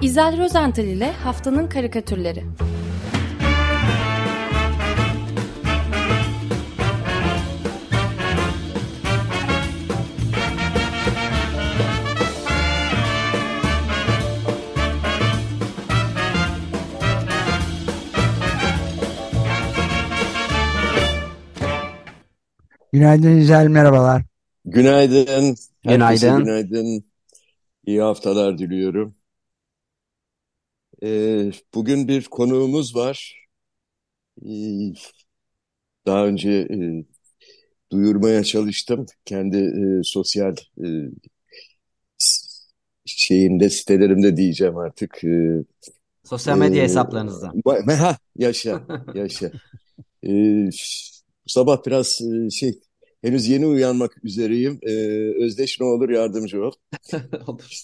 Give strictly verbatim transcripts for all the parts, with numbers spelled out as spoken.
İzel Rozental ile Haftanın Karikatürleri. Günaydın İzel, merhabalar. Günaydın. Herkese Günaydın. günaydın. İyi haftalar diliyorum. Ee, bugün bir konuğumuz var. Ee, daha önce e, duyurmaya çalıştım. Kendi e, sosyal e, s- şeyimde, sitelerimde diyeceğim artık. Ee, Sosyal medya e, hesaplarınızda. ba- ha, yaşa, yaşa. Ee, Bu sabah biraz e, şey, henüz yeni uyanmak üzereyim. Ee, Özdeş ne olur yardımcı ol. Olur.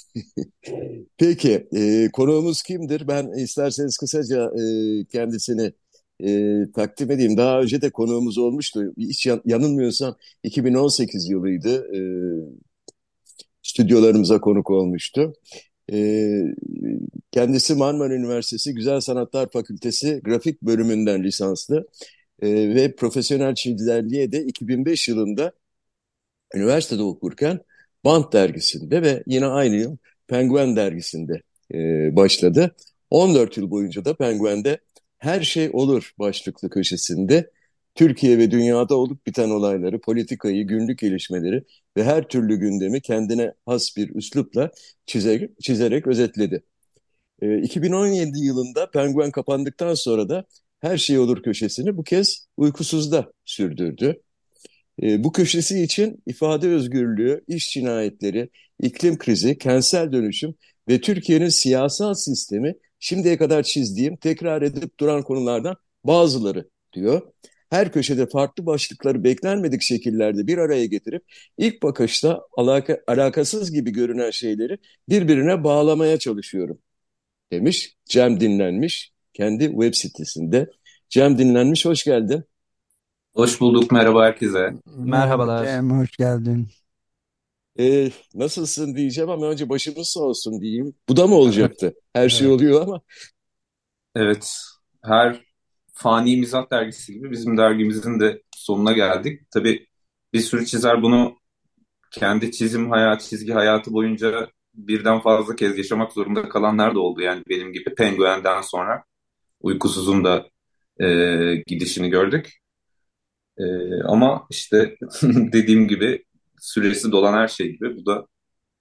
Peki, e, konuğumuz kimdir? Ben isterseniz kısaca e, kendisini e, takdim edeyim. Daha önce de konuğumuz olmuştu. Hiç yan- yanılmıyorsam iki bin on sekiz yılıydı. E, stüdyolarımıza konuk olmuştu. E, Kendisi Marmara Üniversitesi Güzel Sanatlar Fakültesi Grafik Bölümünden lisanslı e, ve profesyonel çizerliğe de iki bin beş yılında üniversitede okurken Bant dergisinde ve yine aynı yıl Penguen dergisinde e, başladı. on dört yıl boyunca da Penguen'de Her Şey Olur başlıklı köşesinde Türkiye ve dünyada olup biten olayları, politikayı, günlük gelişmeleri ve her türlü gündemi kendine has bir üslupla çizerek, çizerek özetledi. E, iki bin on yedi yılında Penguen kapandıktan sonra da Her Şey Olur köşesini bu kez uykusuzda sürdürdü. E, bu köşesi için ifade özgürlüğü, iş cinayetleri, iklim krizi, kentsel dönüşüm ve Türkiye'nin siyasal sistemi şimdiye kadar çizdiğim, tekrar edip duran konulardan bazıları diyor. Her köşede farklı başlıkları beklenmedik şekillerde bir araya getirip ilk bakışta alaka, alakasız gibi görünen şeyleri birbirine bağlamaya çalışıyorum demiş. Cem Dinlenmiş kendi web sitesinde. Cem Dinlenmiş, hoş geldin. Hoş bulduk, merhaba herkese. Merhaba Merhabalar. Cem, hoş geldin. Ee, nasılsın diyeceğim ama önce başımız sağ olsun diyeyim. Bu da mı Evet, olacaktı? Her şey evet. oluyor ama. Evet, her Fani Mizah dergisi gibi bizim dergimizin de sonuna geldik. Tabii bir sürü çizer bunu kendi çizim hayatı, çizgi hayatı boyunca birden fazla kez yaşamak zorunda kalanlar da oldu. Yani benim gibi Penguen'den sonra Uykusuz'un da e, gidişini gördük. E, ama işte dediğim gibi süresi dolan her şey gibi bu da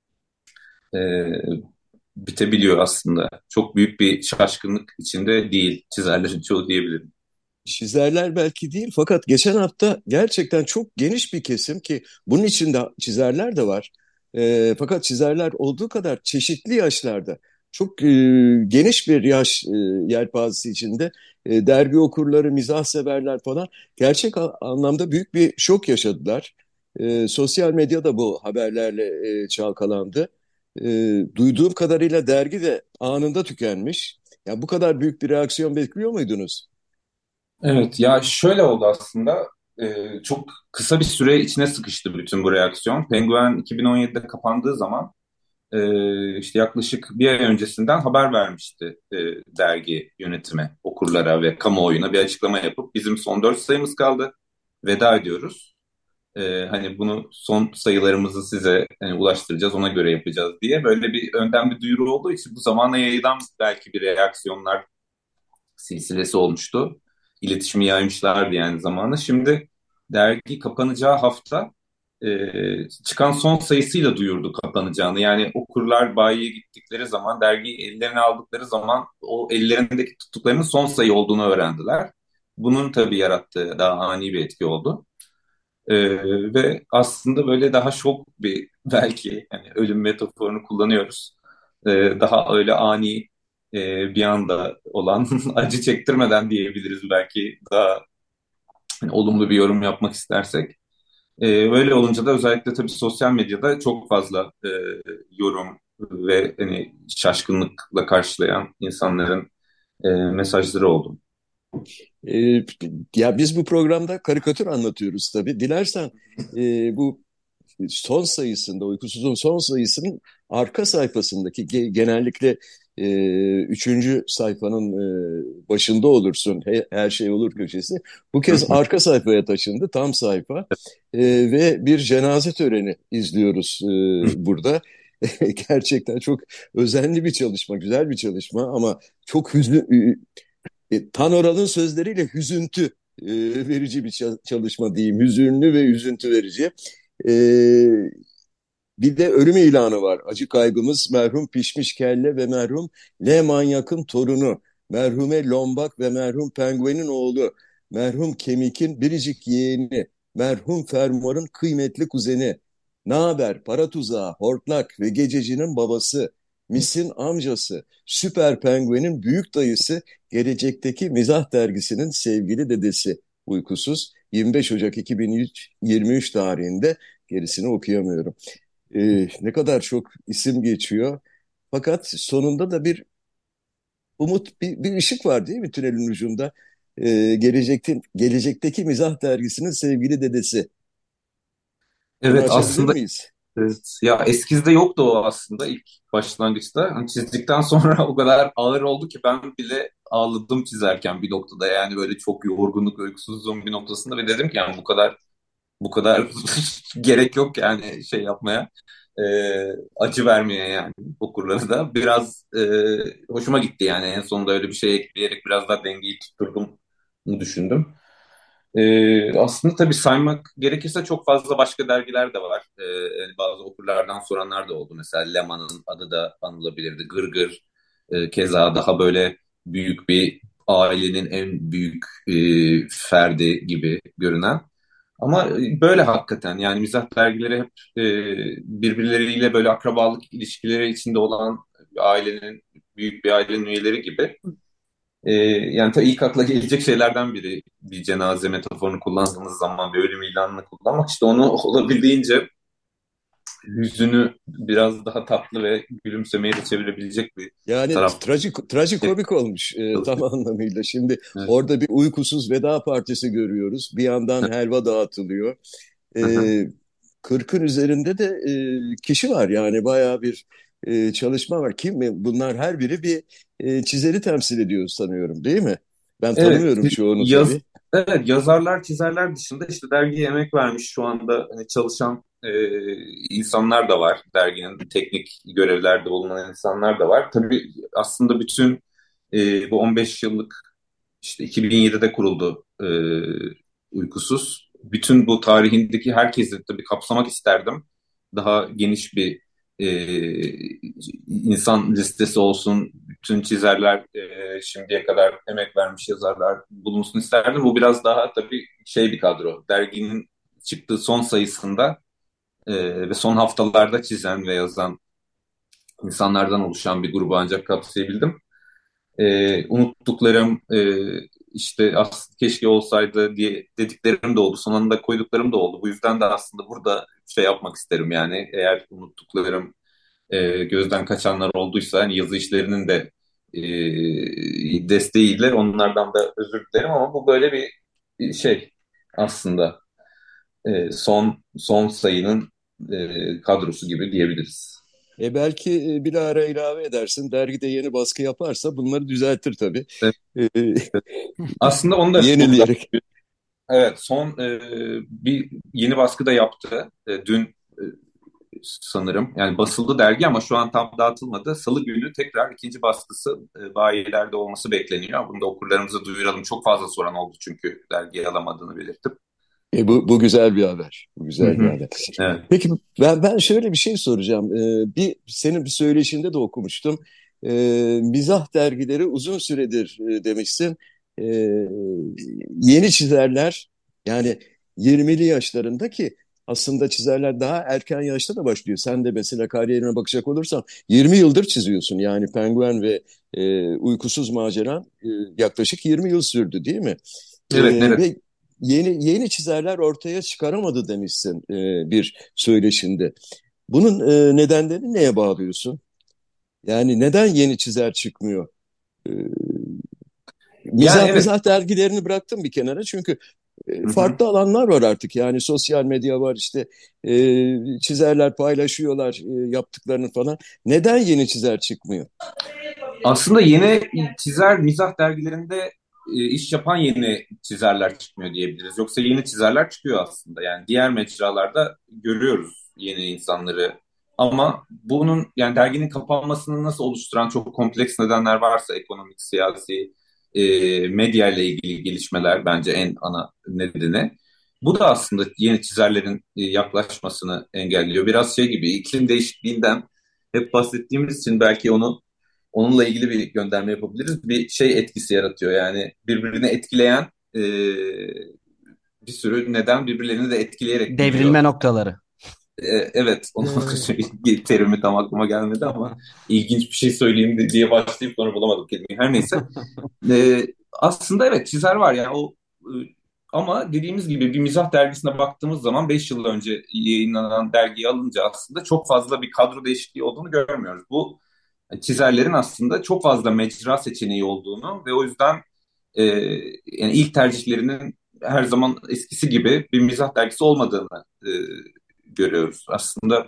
e, bitebiliyor aslında. Çok büyük bir şaşkınlık içinde değil çizerlerin çoğu diyebilirim. Çizerler belki değil fakat geçen hafta gerçekten çok geniş bir kesim ki bunun içinde çizerler de var. Ee, fakat çizerler olduğu kadar çeşitli yaşlarda çok e, geniş bir yaş e, yelpazesi içinde e, dergi okurları, mizah severler falan gerçek a- anlamda büyük bir şok yaşadılar. E, sosyal medya da bu haberlerle e, çalkalandı. E, Duyduğum kadarıyla dergi de anında tükenmiş. Ya bu kadar büyük bir reaksiyon bekliyor muydunuz? Evet ya şöyle oldu aslında. Ee, çok kısa bir süre içine sıkıştı bütün bu reaksiyon. Penguin iki bin on yedide kapandığı zaman e, işte yaklaşık bir ay öncesinden haber vermişti e, dergi yönetime, okurlara ve kamuoyuna bir açıklama yapıp bizim son dört sayımız kaldı. Veda ediyoruz. Ee, hani bunu son sayılarımızı size hani, ulaştıracağız, ona göre yapacağız diye böyle bir önden bir duyuru olduğu için bu zamana yayılan belki bir reaksiyonlar silsilesi olmuştu. İletişimi yaymışlardı yani zamanı. Şimdi dergi kapanacağı hafta e, çıkan son sayısıyla duyurdu kapanacağını. Yani okurlar bayiye gittikleri zaman, dergiyi ellerine aldıkları zaman o ellerindeki tuttuklarının son sayı olduğunu öğrendiler. Bunun tabii yarattığı daha ani bir etki oldu. Ee, ve aslında böyle daha şok bir belki hani ölüm metaforunu kullanıyoruz. Ee, daha öyle ani e, bir anda olan acı çektirmeden diyebiliriz belki daha hani, olumlu bir yorum yapmak istersek. Ee, böyle olunca da özellikle tabii sosyal medyada çok fazla e, yorum ve hani şaşkınlıkla karşılayan insanların e, mesajları oldu. Ee, Ya biz bu programda karikatür anlatıyoruz tabii. Dilersen e, bu son sayısında, Uykusuz'un son sayısının arka sayfasındaki ge- genellikle e, üçüncü sayfanın e, başında olursun. He- her şey olur köşesi. Bu Hı kez hı. arka sayfaya taşındı, tam sayfa. E, ve bir cenaze töreni izliyoruz e, burada. Gerçekten çok özenli bir çalışma, güzel bir çalışma ama çok hüzün, e, Tanoral'ın sözleriyle hüzüntü e, verici bir çalışma diyeyim. Hüzünlü ve üzüntü verici. E, Bir de ölüm ilanı var. Acı kaygımız merhum Pişmiş Kelle ve merhum L. Manyak'ın torunu. Merhume Lombak ve merhum Penguen'in oğlu. Merhum Kemik'in biricik yeğeni. Merhum Fermuar'ın kıymetli kuzeni. Naber, para tuzağı, hortlak ve gececinin babası. Mis'in amcası. Süper Penguen'in büyük dayısı. Gelecekteki Mizah dergisinin sevgili dedesi. Uykusuz. yirmi beş Ocak iki bin yirmi üç tarihinde, gerisini okuyamıyorum. Ee, ne kadar çok isim geçiyor. Fakat sonunda da bir umut, bir, bir ışık var değil mi tünelin ucunda? Ee, gelecekte, gelecekteki Mizah dergisinin sevgili dedesi. Bunu Evet, açabilir aslında miyiz? evet. Ya eskizde yoktu o aslında ilk başlangıçta. Hani çizdikten sonra o kadar ağır oldu ki ben bile ağladım çizerken bir noktada. Yani böyle çok yorgunluk, uykusuzluğun bir noktasında ve dedim ki yani bu kadar bu kadar gerek yok yani şey yapmaya. Ee, acı vermeye yani okurlara da. Biraz e, hoşuma gitti yani en sonunda öyle bir şey ekleyerek biraz daha dengeyi tutturdum mu düşündüm. Ee, aslında tabii saymak gerekirse çok fazla başka dergiler de var. Ee, yani bazı okurlardan soranlar da oldu. Mesela Leman'ın adı da anılabilirdi. Gırgır, e, keza daha böyle büyük bir ailenin en büyük e, ferdi gibi görünen. Ama e, böyle hakikaten yani mizah dergileri hep e, birbirleriyle böyle akrabalık ilişkileri içinde olan ailenin, büyük bir ailenin üyeleri gibi. Ee, yani tabii ilk akla gelecek şeylerden biri bir cenaze metaforunu kullandığımız zaman bir ölüm ilanını kullanmak. İşte onu olabildiğince yüzünü biraz daha tatlı ve gülümsemeye de çevirebilecek bir Yani taraf. trajik, trajikomik olmuş e, tam anlamıyla. Şimdi Evet. orada bir uykusuz veda partisi görüyoruz. Bir yandan helva dağıtılıyor. E, kırkın üzerinde de e, kişi var, yani bayağı bir e, çalışma var. Kim mi? Bunlar her biri bir e, çizeri temsil ediyor sanıyorum, değil mi? Ben Evet, tanımıyorum çoğunu yaz, tabii. evet yazarlar, çizerler dışında işte dergiye emek vermiş şu anda hani çalışan e, insanlar da var. Derginin teknik görevlerde bulunan insanlar da var. Tabii aslında bütün e, bu on beş yıllık işte iki bin yedide kuruldu e, Uykusuz. Bütün bu tarihindeki herkesi tabii kapsamak isterdim. Daha geniş bir e, insan listesi olsun. Bütün çizerler, e, şimdiye kadar emek vermiş yazarlar bulunsun isterdim. Bu biraz daha tabii şey bir kadro. Derginin çıktığı son sayısında e, ve son haftalarda çizen ve yazan insanlardan oluşan bir grubu ancak kapsayabildim. E, unuttuklarım e, işte aslında keşke olsaydı diye dediklerim de oldu. Son anda koyduklarım da oldu. Bu yüzden de aslında burada şey yapmak isterim yani eğer unuttuklarım e, gözden kaçanlar olduysa hani yazı işlerinin de e, desteğiyle onlardan da özür dilerim ama bu böyle bir şey aslında e, son son sayının e, kadrosu gibi diyebiliriz. E belki e, bir ara ilave edersin. Dergide yeni baskı yaparsa bunları düzeltir tabii. Evet, E, e, evet. Aslında onu da burada yenileyerek. evet son e, bir yeni baskı da yaptı. E, dün e, sanırım yani basıldı dergi ama şu an tam dağıtılmadı. Salı günü tekrar ikinci baskısı e, bayilerde olması bekleniyor. Bunu da okurlarımıza duyuralım. Çok fazla soran oldu çünkü dergiyi alamadığını belirtip. E, bu, bu güzel bir haber. Bu Hı güzel bir hı. haber. Evet. Peki ben, ben şöyle bir şey soracağım. E, bir senin bir söyleşinde de okumuştum. E, mizah dergileri uzun süredir e, demişsin. E, yeni çizerler, yani yirmili yaşlarında, ki aslında çizerler daha erken yaşta da başlıyor. Sen de mesela kariyerine bakacak olursan yirmi yıldır çiziyorsun. Yani Penguen ve e, Uykusuz Macera e, yaklaşık yirmi yıl sürdü değil mi? E, Evet, evet. ve yeni yeni çizerler ortaya çıkaramadı demişsin e, bir söyleşinde. Bunun e, nedenlerini neye bağlıyorsun? Yani neden yeni çizer çıkmıyor? E, Yani mizah evet. mizah dergilerini bıraktım bir kenara, çünkü e, Hı hı. farklı alanlar var artık. Yani sosyal medya var, işte e, çizerler paylaşıyorlar e, yaptıklarını falan. Neden yeni çizer çıkmıyor? Aslında yeni çizer mizah dergilerinde e, iş yapan yeni çizerler çıkmıyor diyebiliriz. Yoksa yeni çizerler çıkıyor aslında. Yani diğer mecralarda görüyoruz yeni insanları. Ama bunun yani derginin kapanmasını nasıl oluşturan çok kompleks nedenler varsa ekonomik, siyasi, e, medya ile ilgili gelişmeler bence en ana nedeni. Bu da aslında yeni çizerlerin e, yaklaşmasını engelliyor. Biraz şey gibi iklim değişikliğinden hep bahsettiğimiz için belki onu onunla ilgili bir gönderme yapabiliriz. Bir şey etkisi yaratıyor yani birbirini etkileyen e, bir sürü neden birbirlerini de etkileyerek büyüyor. Devrilme noktaları. E, evet, onun Ee, bir terimi tam aklıma gelmedi ama ilginç bir şey söyleyeyim diye başlayıp sonra bulamadım kelimeyi. Her neyse. E, aslında evet çizer var yani o e, ama dediğimiz gibi bir mizah dergisine baktığımız zaman beş yıl önce yayınlanan dergiyi alınca aslında çok fazla bir kadro değişikliği olduğunu görmüyoruz. Bu çizerlerin aslında çok fazla mecra seçeneği olduğunu ve o yüzden e, yani ilk tercihlerinin her zaman eskisi gibi bir mizah dergisi olmadığını e, görüyoruz. Aslında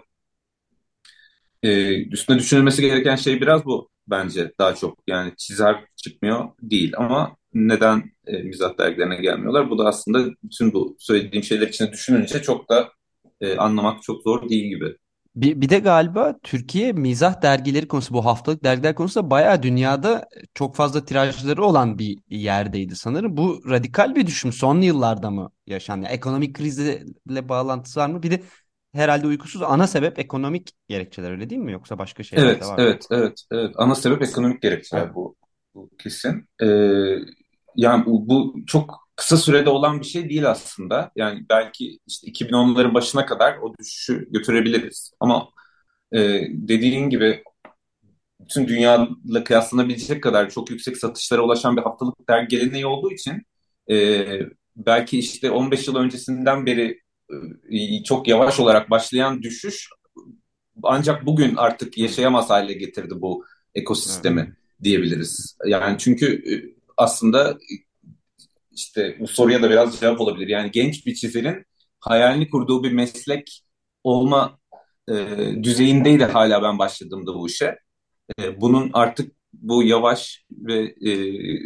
e, üstüne düşünülmesi gereken şey biraz bu bence daha çok. Yani çizer çıkmıyor değil ama neden e, mizah dergilerine gelmiyorlar? Bu da aslında bütün bu söylediğim şeyler içine düşününce çok da e, anlamak çok zor değil gibi. Bir, bir de galiba Türkiye mizah dergileri konusu, bu haftalık dergiler konusunda bayağı dünyada çok fazla tirajları olan bir yerdeydi sanırım. Bu radikal bir düşüm son yıllarda mı yaşandı? Yani ekonomik krizle bağlantısı var mı? Bir de herhalde uykusuz ana sebep ekonomik gerekçeler, öyle değil mi? Yoksa başka şeyler de Evet, var mı? evet, evet, evet. Ana sebep ekonomik gerekçeler bu, bu kesin. Ee, yani bu, bu çok kısa sürede olan bir şey değil aslında. Yani belki işte iki bin onların başına kadar o düşüşü götürebiliriz. Ama e, dediğin gibi bütün dünyayla kıyaslanabilecek kadar çok yüksek satışlara ulaşan bir haftalık dergi geleneği olduğu için e, belki işte on beş yıl öncesinden beri e, çok yavaş olarak başlayan düşüş ancak bugün artık yaşayamaz hale getirdi bu Evet. ekosistemi diyebiliriz. Yani çünkü e, aslında işte bu soruya da biraz cevap olabilir. Yani genç bir çizerin hayalini kurduğu bir meslek olma e, düzeyindeydi hala ben başladığımda bu işe. E, bunun artık bu yavaş ve e,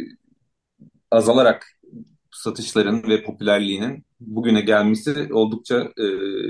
azalarak satışların ve popülerliğinin bugüne gelmesi oldukça e,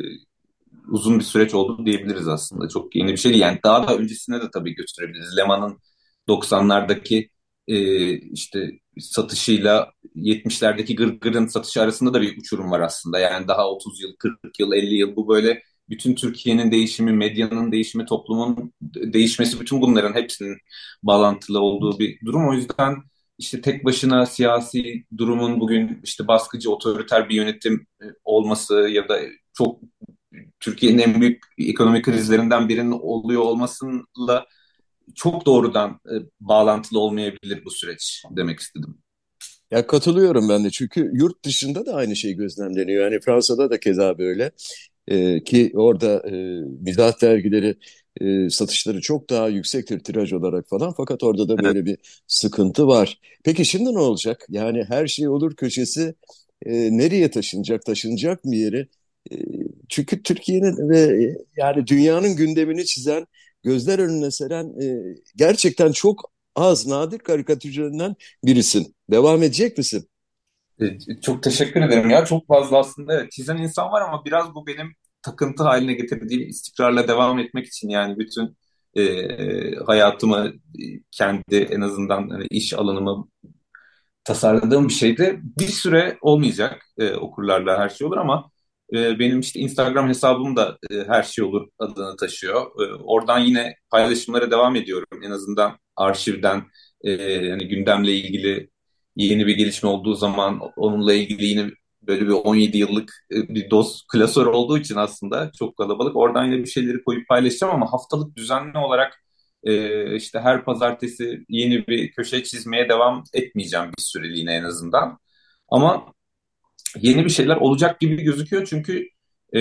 uzun bir süreç oldu diyebiliriz aslında. Çok yeni bir şey değil. Yani daha da öncesine de tabii götürebiliriz. Leman'ın doksanlardaki e, işte satışıyla yetmişlerdeki Gırgır'ın satışı arasında da bir uçurum var aslında. Yani daha otuz yıl, kırk yıl, elli yıl bu böyle bütün Türkiye'nin değişimi, medyanın değişimi, toplumun değişmesi, bütün bunların hepsinin bağlantılı olduğu bir durum. O yüzden işte tek başına siyasi durumun bugün işte baskıcı, otoriter bir yönetim e, olması ya da çok Türkiye'nin en büyük ekonomik krizlerinden birinin oluyor olmasıyla çok doğrudan e, bağlantılı olmayabilir bu süreç demek istedim. Ya katılıyorum ben de çünkü yurt dışında da aynı şey gözlemleniyor. Yani Fransa'da da keza böyle. Ee, ki orada e, mizah dergileri e, satışları çok daha yüksektir tiraj olarak falan. Fakat orada da Evet. böyle bir sıkıntı var. Peki şimdi ne olacak? Yani her şey olur köşesi e, nereye taşınacak? Taşınacak mı yeri? E, çünkü Türkiye'nin ve e, yani dünyanın gündemini çizen, gözler önüne seren e, gerçekten çok az nadir karikatürcülerinden birisin. Devam edecek misin? E, Çok teşekkür ederim ya. Çok fazla aslında evet, çizen insan var ama biraz bu benim takıntı haline getirdiğim istikrarla devam etmek için yani bütün e, hayatımı e, kendi en azından hani iş alanımı tasarladığım bir şeydi. Bir süre olmayacak e, okurlarla her şey olur ama e, benim işte Instagram hesabım da e, her şey olur adını taşıyor. E, oradan yine paylaşımlara devam ediyorum. En azından arşivden e, yani gündemle ilgili yeni bir gelişme olduğu zaman onunla ilgili yine böyle bir on yedi yıllık e, bir dost klasör olduğu için aslında çok kalabalık. Oradan yine bir şeyleri koyup paylaşacağım ama haftalık düzenli olarak ee, işte her pazartesi yeni bir köşe çizmeye devam etmeyeceğim bir süreliğine en azından. Ama yeni bir şeyler olacak gibi gözüküyor çünkü e,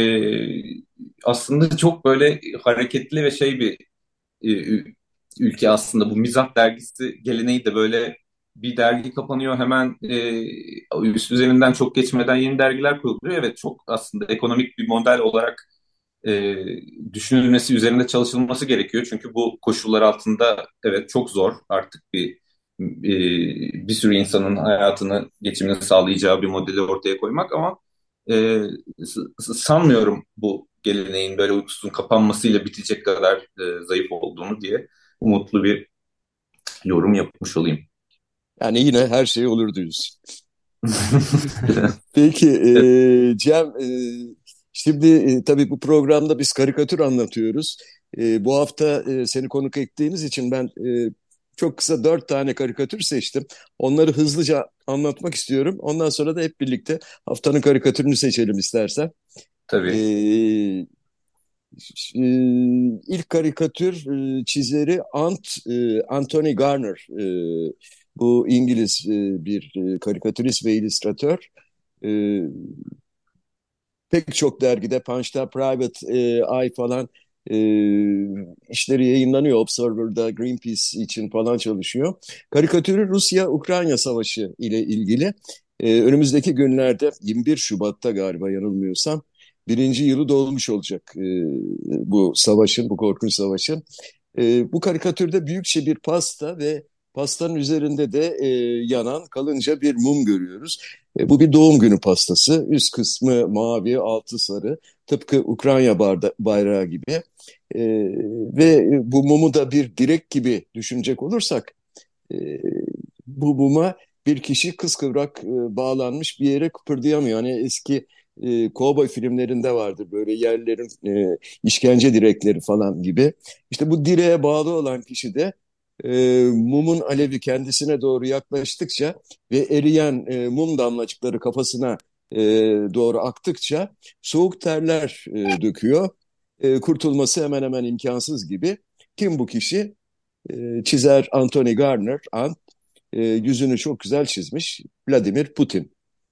aslında çok böyle hareketli ve şey bir e, ülke aslında. Bu mizah dergisi geleneği de böyle bir dergi kapanıyor hemen e, üst üzerinden çok geçmeden yeni dergiler kuruluyor. Evet çok aslında ekonomik bir model olarak e, düşünülmesi, üzerinde çalışılması gerekiyor. Çünkü bu koşullar altında evet çok zor artık bir e, bir sürü insanın hayatını, geçimini sağlayacağı bir modeli ortaya koymak ama e, s- sanmıyorum bu geleneğin böyle uykusunun kapanmasıyla bitecek kadar e, zayıf olduğunu diye umutlu bir yorum yapmış olayım. Yani yine her şey olur diyoruz. Peki e, Cem, e, şimdi e, tabii bu programda biz karikatür anlatıyoruz. E, bu hafta e, seni konuk ettiğimiz için ben e, çok kısa dört tane karikatür seçtim. Onları hızlıca anlatmak istiyorum. Ondan sonra da hep birlikte haftanın karikatürünü seçelim istersen. E, Tabii. ş- e, ilk karikatür e, çizeri Ant, e, Anthony Garner. E, bu İngiliz e, bir e, karikatürist ve illüstratör. E, Pek çok dergide, Punch'ta, Private e, Eye falan e, işleri yayınlanıyor. Observer'da, Greenpeace için falan çalışıyor. Karikatürü Rusya-Ukrayna Savaşı ile ilgili. E, önümüzdeki günlerde yirmi bir Şubat'ta galiba yanılmıyorsam birinci yılı dolmuş olacak e, bu savaşın, bu korkunç savaşın. E, bu karikatürde büyükçe bir pasta ve pastanın üzerinde de e, yanan kalınca bir mum görüyoruz. E, bu bir doğum günü pastası. Üst kısmı mavi, altı sarı. Tıpkı Ukrayna barda, bayrağı gibi. E, Ve bu mumu da bir direk gibi düşünecek olursak e, bu muma bir kişi kıskıvrak e, bağlanmış bir yere kıpırdayamıyor. Yani eski e, kovboy filmlerinde vardır böyle yerlerin e, işkence direkleri falan gibi. İşte bu direğe bağlı olan kişi de e, mumun alevi kendisine doğru yaklaştıkça ve eriyen e, mum damlacıkları kafasına e, doğru aktıkça soğuk terler e, döküyor. E, kurtulması hemen hemen imkansız gibi. Kim bu kişi? E, çizer Anthony Garner, Ant, e, yüzünü çok güzel çizmiş. Vladimir Putin.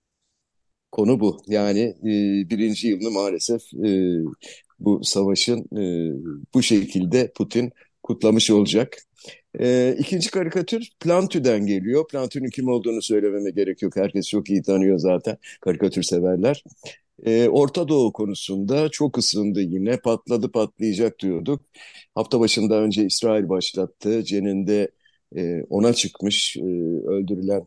Konu bu. Yani e, birinci yılını maalesef e, bu savaşın e, bu şekilde Putin kutlamış olacak. E, ikinci karikatür Plantü'den geliyor. Plantü'nün kim olduğunu söylememe gerek yok. Herkes çok iyi tanıyor zaten karikatür severler. E, Orta Doğu konusunda çok ısındı yine. Patladı patlayacak diyorduk. Hafta başında önce İsrail başlattı. Ceninde e, ona çıkmış, e, öldürülen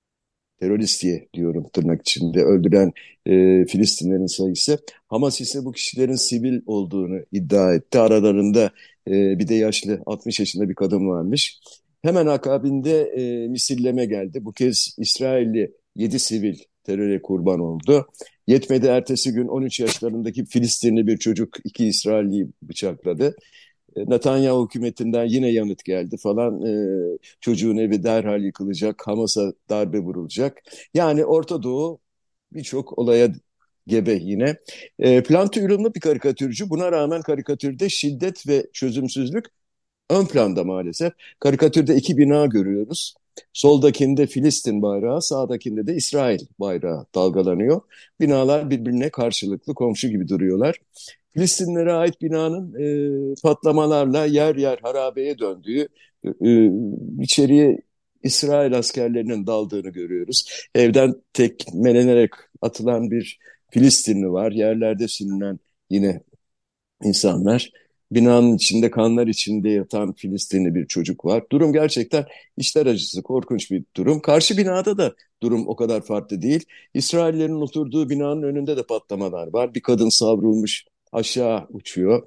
terörist diye diyorum tırnak içinde öldüren e, Filistinlerin sayısı. Hamas ise bu kişilerin sivil olduğunu iddia etti. Aralarında e, bir de yaşlı altmış yaşında bir kadın varmış. Hemen akabinde e, misilleme geldi. Bu kez İsrailli yedi sivil teröre kurban oldu. Yetmedi, ertesi gün on üç yaşlarındaki Filistinli bir çocuk iki İsrailliyi bıçakladı. Netanyahu hükümetinden yine yanıt geldi falan. E, çocuğun evi derhal yıkılacak, Hamas'a darbe vurulacak. Yani Orta Doğu birçok olaya gebe yine. E, Plantı ürünlü bir karikatürcü. Buna rağmen karikatürde şiddet ve çözümsüzlük ön planda maalesef. Karikatürde iki bina görüyoruz. Soldakinde Filistin bayrağı, sağdakinde de İsrail bayrağı dalgalanıyor. Binalar birbirine karşılıklı komşu gibi duruyorlar. Filistinlere ait binanın e, patlamalarla yer yer harabeye döndüğü, e, içeriye İsrail askerlerinin daldığını görüyoruz. Evden tekmelenerek atılan bir Filistinli var. Yerlerde sürünen yine insanlar. Binanın içinde kanlar içinde yatan Filistinli bir çocuk var. Durum gerçekten içler acısı, korkunç bir durum. Karşı binada da durum o kadar farklı değil. İsraillerin oturduğu binanın önünde de patlamalar var. Bir kadın savrulmuş, aşağı uçuyor.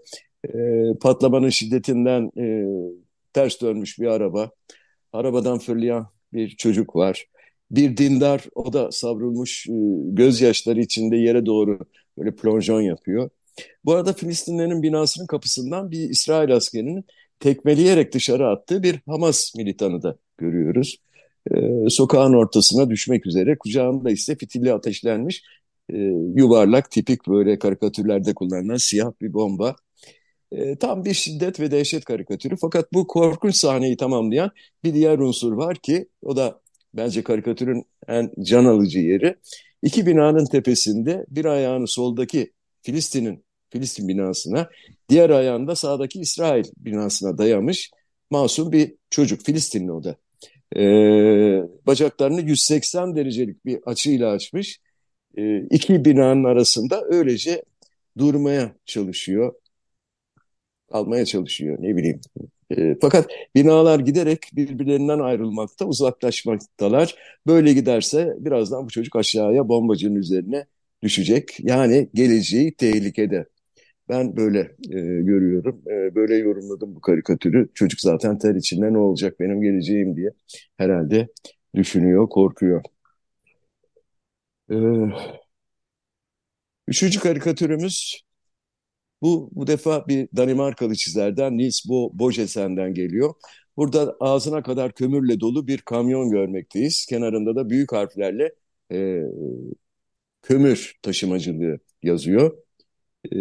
E, patlamanın şiddetinden e, ters dönmüş bir araba. Arabadan fırlayan bir çocuk var. Bir dindar, o da savrulmuş, e, gözyaşları içinde yere doğru böyle plonjon yapıyor. Bu arada Filistinlerin binasının kapısından bir İsrail askerinin tekmeleyerek dışarı attığı bir Hamas militanı da görüyoruz. Ee, sokağın ortasına düşmek üzere, kucağında ise fitili ateşlenmiş e, yuvarlak, tipik böyle karikatürlerde kullanılan siyah bir bomba. E, tam bir şiddet ve dehşet karikatürü. Fakat bu korkunç sahneyi tamamlayan bir diğer unsur var ki o da bence karikatürün en can alıcı yeri. İki binanın tepesinde bir ayağını soldaki Filistin'in Filistin binasına, diğer ayağını da sağdaki İsrail binasına dayamış masum bir çocuk, Filistinli o da. E, Bacaklarını yüz seksen derecelik bir açıyla açmış. E, iki binanın arasında öylece durmaya çalışıyor, kalmaya çalışıyor, ne bileyim. E, fakat binalar giderek birbirlerinden ayrılmakta, uzaklaşmaktalar. Böyle giderse birazdan bu çocuk aşağıya bombacının üzerine düşecek. Yani geleceği tehlikede. Ben böyle e, görüyorum, e, böyle yorumladım bu karikatürü. Çocuk zaten ter içinde ne olacak benim geleceğim diye herhalde düşünüyor, korkuyor. E, Üçüncü karikatürümüz bu, bu defa bir Danimarkalı çizerden Niels Bo Bogesen'den geliyor. Burada ağzına kadar kömürle dolu bir kamyon görmekteyiz. Kenarında da büyük harflerle e, kömür taşımacılığı yazıyor. E,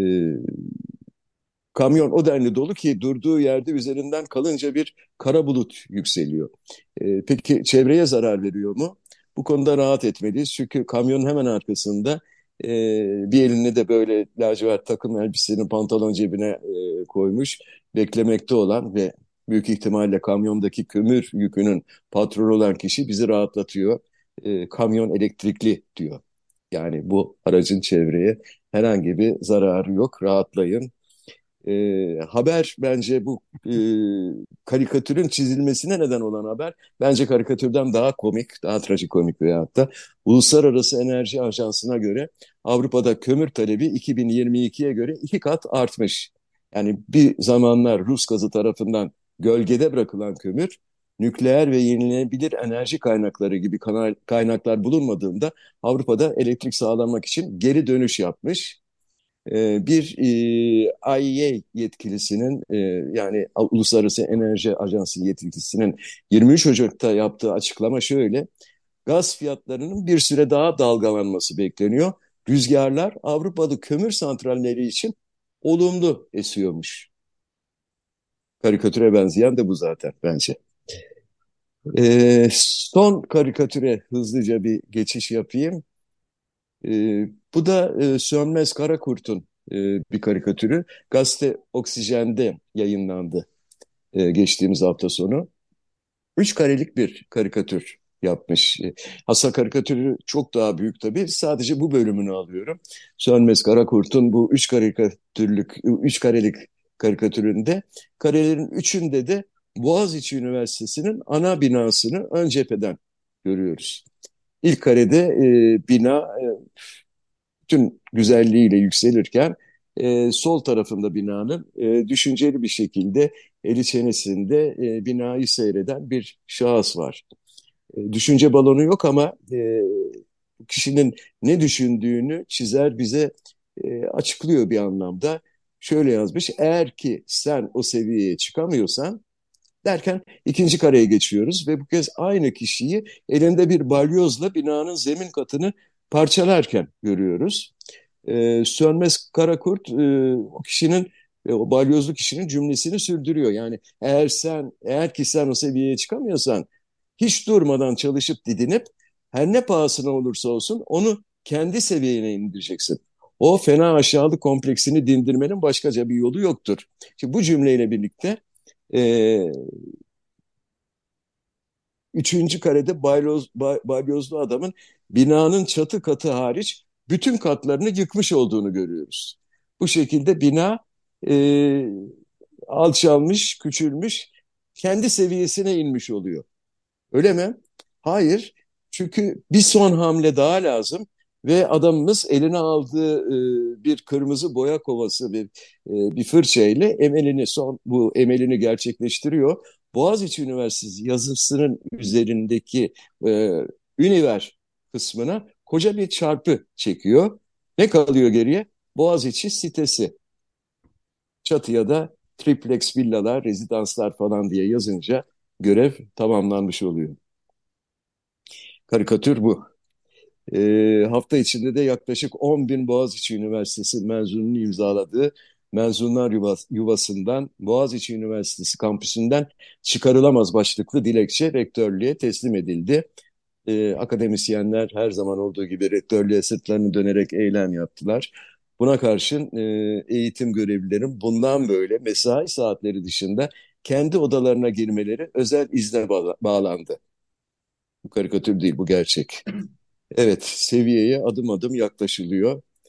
Kamyon o denli dolu ki durduğu yerde üzerinden kalınca bir kara bulut yükseliyor. E, peki çevreye zarar veriyor mu? Bu konuda rahat etmeliyiz. Çünkü kamyonun hemen arkasında e, bir elini de böyle lacivert takım elbisenin pantolon cebine e, koymuş, beklemekte olan ve büyük ihtimalle kamyondaki kömür yükünün patronu olan kişi bizi rahatlatıyor. E, kamyon elektrikli diyor. Yani bu aracın çevreye herhangi bir zararı yok. Rahatlayın. E, haber bence bu e, karikatürün çizilmesine neden olan haber bence karikatürden daha komik, daha trajikomik veyahut da Uluslararası Enerji Ajansı'na göre Avrupa'da kömür talebi iki bin yirmi ikiye göre iki kat artmış. Yani bir zamanlar Rus gazı tarafından gölgede bırakılan kömür, nükleer ve yenilenebilir enerji kaynakları gibi kaynaklar bulunmadığında Avrupa'da elektrik sağlamak için geri dönüş yapmış. Ee, bir e, I E A yetkilisinin e, yani Uluslararası Enerji Ajansı yetkilisinin yirmi üç Ocak'ta yaptığı açıklama şöyle: gaz fiyatlarının bir süre daha dalgalanması bekleniyor. Rüzgarlar Avrupa'da kömür santralleri için olumlu esiyormuş. Karikatüre benzeyen de bu zaten bence. Ee, son karikatüre hızlıca bir geçiş yapayım. Ee, bu da e, Sönmez Karakurt'un e, bir karikatürü. Gazete Oksijen'de yayınlandı e, geçtiğimiz hafta sonu. Üç karelik bir karikatür yapmış. E, Aslında karikatürü çok daha büyük tabii. Sadece bu bölümünü alıyorum. Sönmez Karakurt'un bu üç karikatürlük, üç karelik karikatüründe, karelerin üçünde de Boğaziçi Üniversitesi'nin ana binasını ön cepheden görüyoruz. İlk karede e, bina e, bütün güzelliğiyle yükselirken e, sol tarafında binanın e, düşünceli bir şekilde eli çenesinde e, binayı seyreden bir şahıs var. E, düşünce balonu yok ama e, kişinin ne düşündüğünü çizer bize e, açıklıyor bir anlamda. Şöyle yazmış: eğer ki sen o seviyeye çıkamıyorsan derken ikinci kareye geçiyoruz ve bu kez aynı kişiyi elinde bir balyozla binanın zemin katını parçalarken görüyoruz. E, Sönmez Karakurt e, o kişinin e, o balyozlu kişinin cümlesini sürdürüyor. Yani eğer sen eğer ki sen o seviyeye çıkamıyorsan hiç durmadan çalışıp didinip her ne pahasına olursa olsun onu kendi seviyene indireceksin. O fena aşağılık kompleksini dindirmenin başkaca bir yolu yoktur. Şimdi bu cümleyle birlikte e, üçüncü karede balyoz, balyozlu adamın binanın çatı katı hariç bütün katlarını yıkmış olduğunu görüyoruz. Bu şekilde bina e, alçalmış, küçülmüş, kendi seviyesine inmiş oluyor. Öyle mi? Hayır. Çünkü bir son hamle daha lazım ve adamımız eline aldığı e, bir kırmızı boya kovası, bir e, bir fırçayla emelini son bu emelini gerçekleştiriyor. Boğaziçi Üniversitesi yazısının üzerindeki e, Üniver kısmına koca bir çarpı çekiyor. Ne kalıyor geriye? Boğaziçi sitesi. Çatıya da triplex villalar, rezidanslar falan diye yazınca görev tamamlanmış oluyor. Karikatür bu. E, hafta içinde de yaklaşık on bin Boğaziçi Üniversitesi mezununun imzaladığı Mezunlar Yuvas, Yuvası'ndan Boğaziçi Üniversitesi kampüsünden çıkarılamaz başlıklı dilekçe rektörlüğe teslim edildi. E, akademisyenler her zaman olduğu gibi rektörlüğe sırtlarını dönerek eylem yaptılar. Buna karşın e, eğitim görevlilerin bundan böyle mesai saatleri dışında kendi odalarına girmeleri özel izne bağla bağlandı. Bu karikatür değil, bu gerçek. Evet, seviyeye adım adım yaklaşılıyor.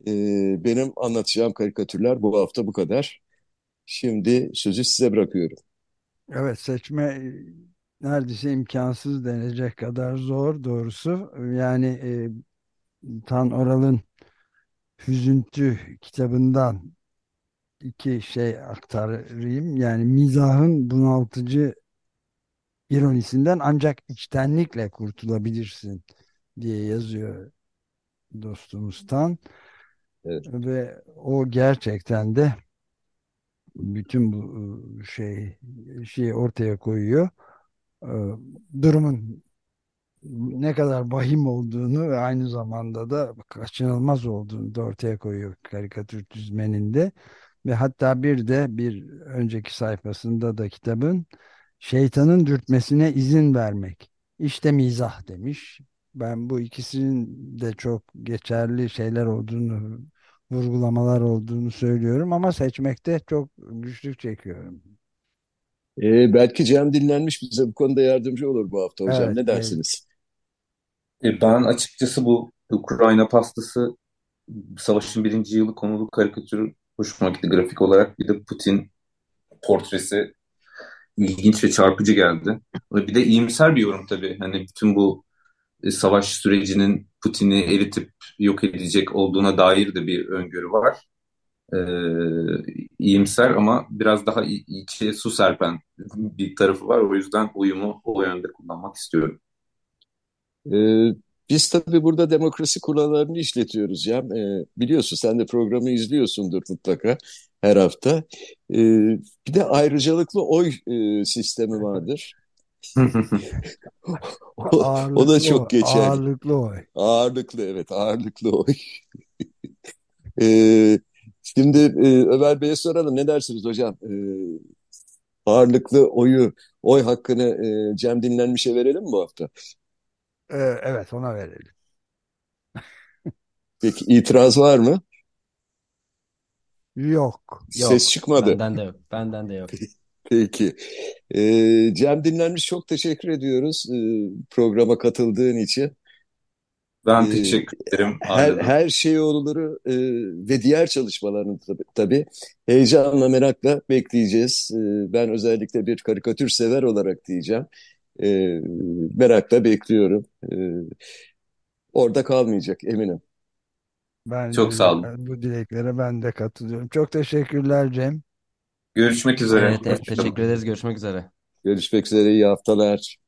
E, Benim anlatacağım karikatürler bu hafta bu kadar. Şimdi sözü size bırakıyorum. Evet, seçme e, neredeyse imkansız denecek kadar zor doğrusu. Yani e, Tan Oral'ın Hüzüntü kitabından iki şey aktarayım. Yani mizahın bunaltıcı ironisinden ancak içtenlikle kurtulabilirsin diye yazıyor dostumuz Tan. Evet. Ve o gerçekten de bütün bu e, şey şeyi ortaya koyuyor. E, Durumun ne kadar vahim olduğunu ve aynı zamanda da kaçınılmaz olduğunu da ortaya koyuyor karikatür çizmeninde. Ve hatta bir de bir önceki sayfasında da kitabın şeytanın dürtmesine izin vermek. İşte mizah demiş. Ben bu ikisinin de çok geçerli şeyler olduğunu, vurgulamalar olduğunu söylüyorum ama seçmekte çok güçlük çekiyorum. E, belki Cem Dinlenmiş bize bu konuda yardımcı olur bu hafta hocam. Evet, Ne gel. dersiniz? E, ben açıkçası bu Ukrayna pastası savaşın birinci yılı konulu karikatürü hoşuma gitti grafik olarak. Bir de Putin portresi ilginç ve çarpıcı geldi. Bir de iyimser bir yorum tabii. Hani bütün bu e, savaş sürecinin Putin'i eritip yok edecek olduğuna dair de bir öngörü var. Ee, iyimser ama biraz daha i- içe su serpen bir tarafı var. O yüzden uyumu o yönde kullanmak istiyorum. Ee, Biz tabii burada demokrasi kurallarını işletiyoruz Cem. Ee, biliyorsun sen de programı izliyorsundur mutlaka her hafta. Ee, Bir de ayrıcalıklı oy e, sistemi vardır. O, o da Ağırlıklı çok o, geçerli. ağırlıklı o. Ağırlıklı, evet, ağırlıklı oy. Ee, Şimdi e, Ömer Bey'e soralım, ne dersiniz hocam? Ee, ağırlıklı oyu, oy hakkını e, Cem Dinlenmiş'e verelim mi bu hafta? Ee, evet, ona verelim. Peki itiraz var mı? Yok, Ses yok. çıkmadı. Benden de yok. Benden de yok. Peki. Ee, Cem Dinlenmiş, çok teşekkür ediyoruz e, programa katıldığın için. Ben Ee, teşekkür ederim her ağırladığınız her şey olurları e, ve diğer çalışmalarını tabii, tabii heyecanla, merakla bekleyeceğiz. Ee, ben özellikle bir karikatür sever olarak diyeceğim. Ee, Merakla bekliyorum. Ee, orada kalmayacak eminim. Çok Bence sağ de olun. bu dileklere ben de katılıyorum. Çok teşekkürler Cem. Görüşmek üzere. Evet, evet, Hoşçakalın. teşekkür ederiz. Görüşmek üzere. Görüşmek üzere, iyi haftalar.